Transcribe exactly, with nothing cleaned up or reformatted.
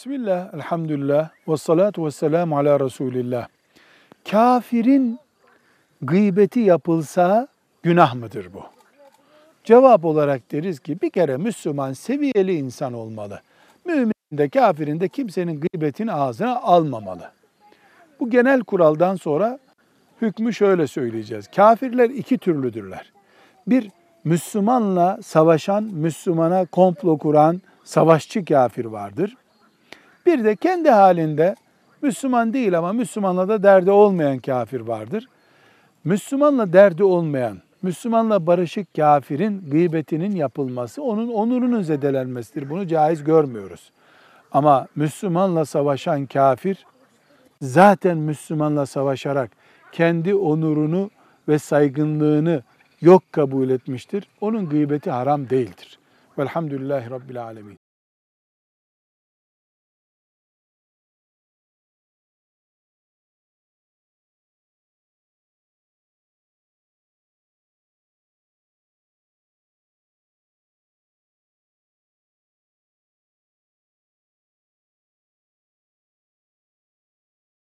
Bismillah, elhamdülillah, ve salatu ve selamu ala Resulillah. Kafirin gıybeti yapılsa günah mıdır bu? Cevap olarak deriz ki bir kere Müslüman seviyeli insan olmalı. Mümin de kafirin de kimsenin gıybetini ağzına almamalı. Bu genel kuraldan sonra hükmü şöyle söyleyeceğiz. Kafirler iki türlüdürler. Bir, Müslümanla savaşan, Müslümana komplo kuran savaşçı kafir vardır. Bir de kendi halinde Müslüman değil ama Müslümanla da derdi olmayan kafir vardır. Müslümanla derdi olmayan, Müslümanla barışık kafirin gıybetinin yapılması, onun onurunun zedelenmesidir. Bunu caiz görmüyoruz. Ama Müslümanla savaşan kafir, zaten Müslümanla savaşarak kendi onurunu ve saygınlığını yok kabul etmiştir. Onun gıybeti haram değildir. Velhamdülillahi Rabbil Alemin.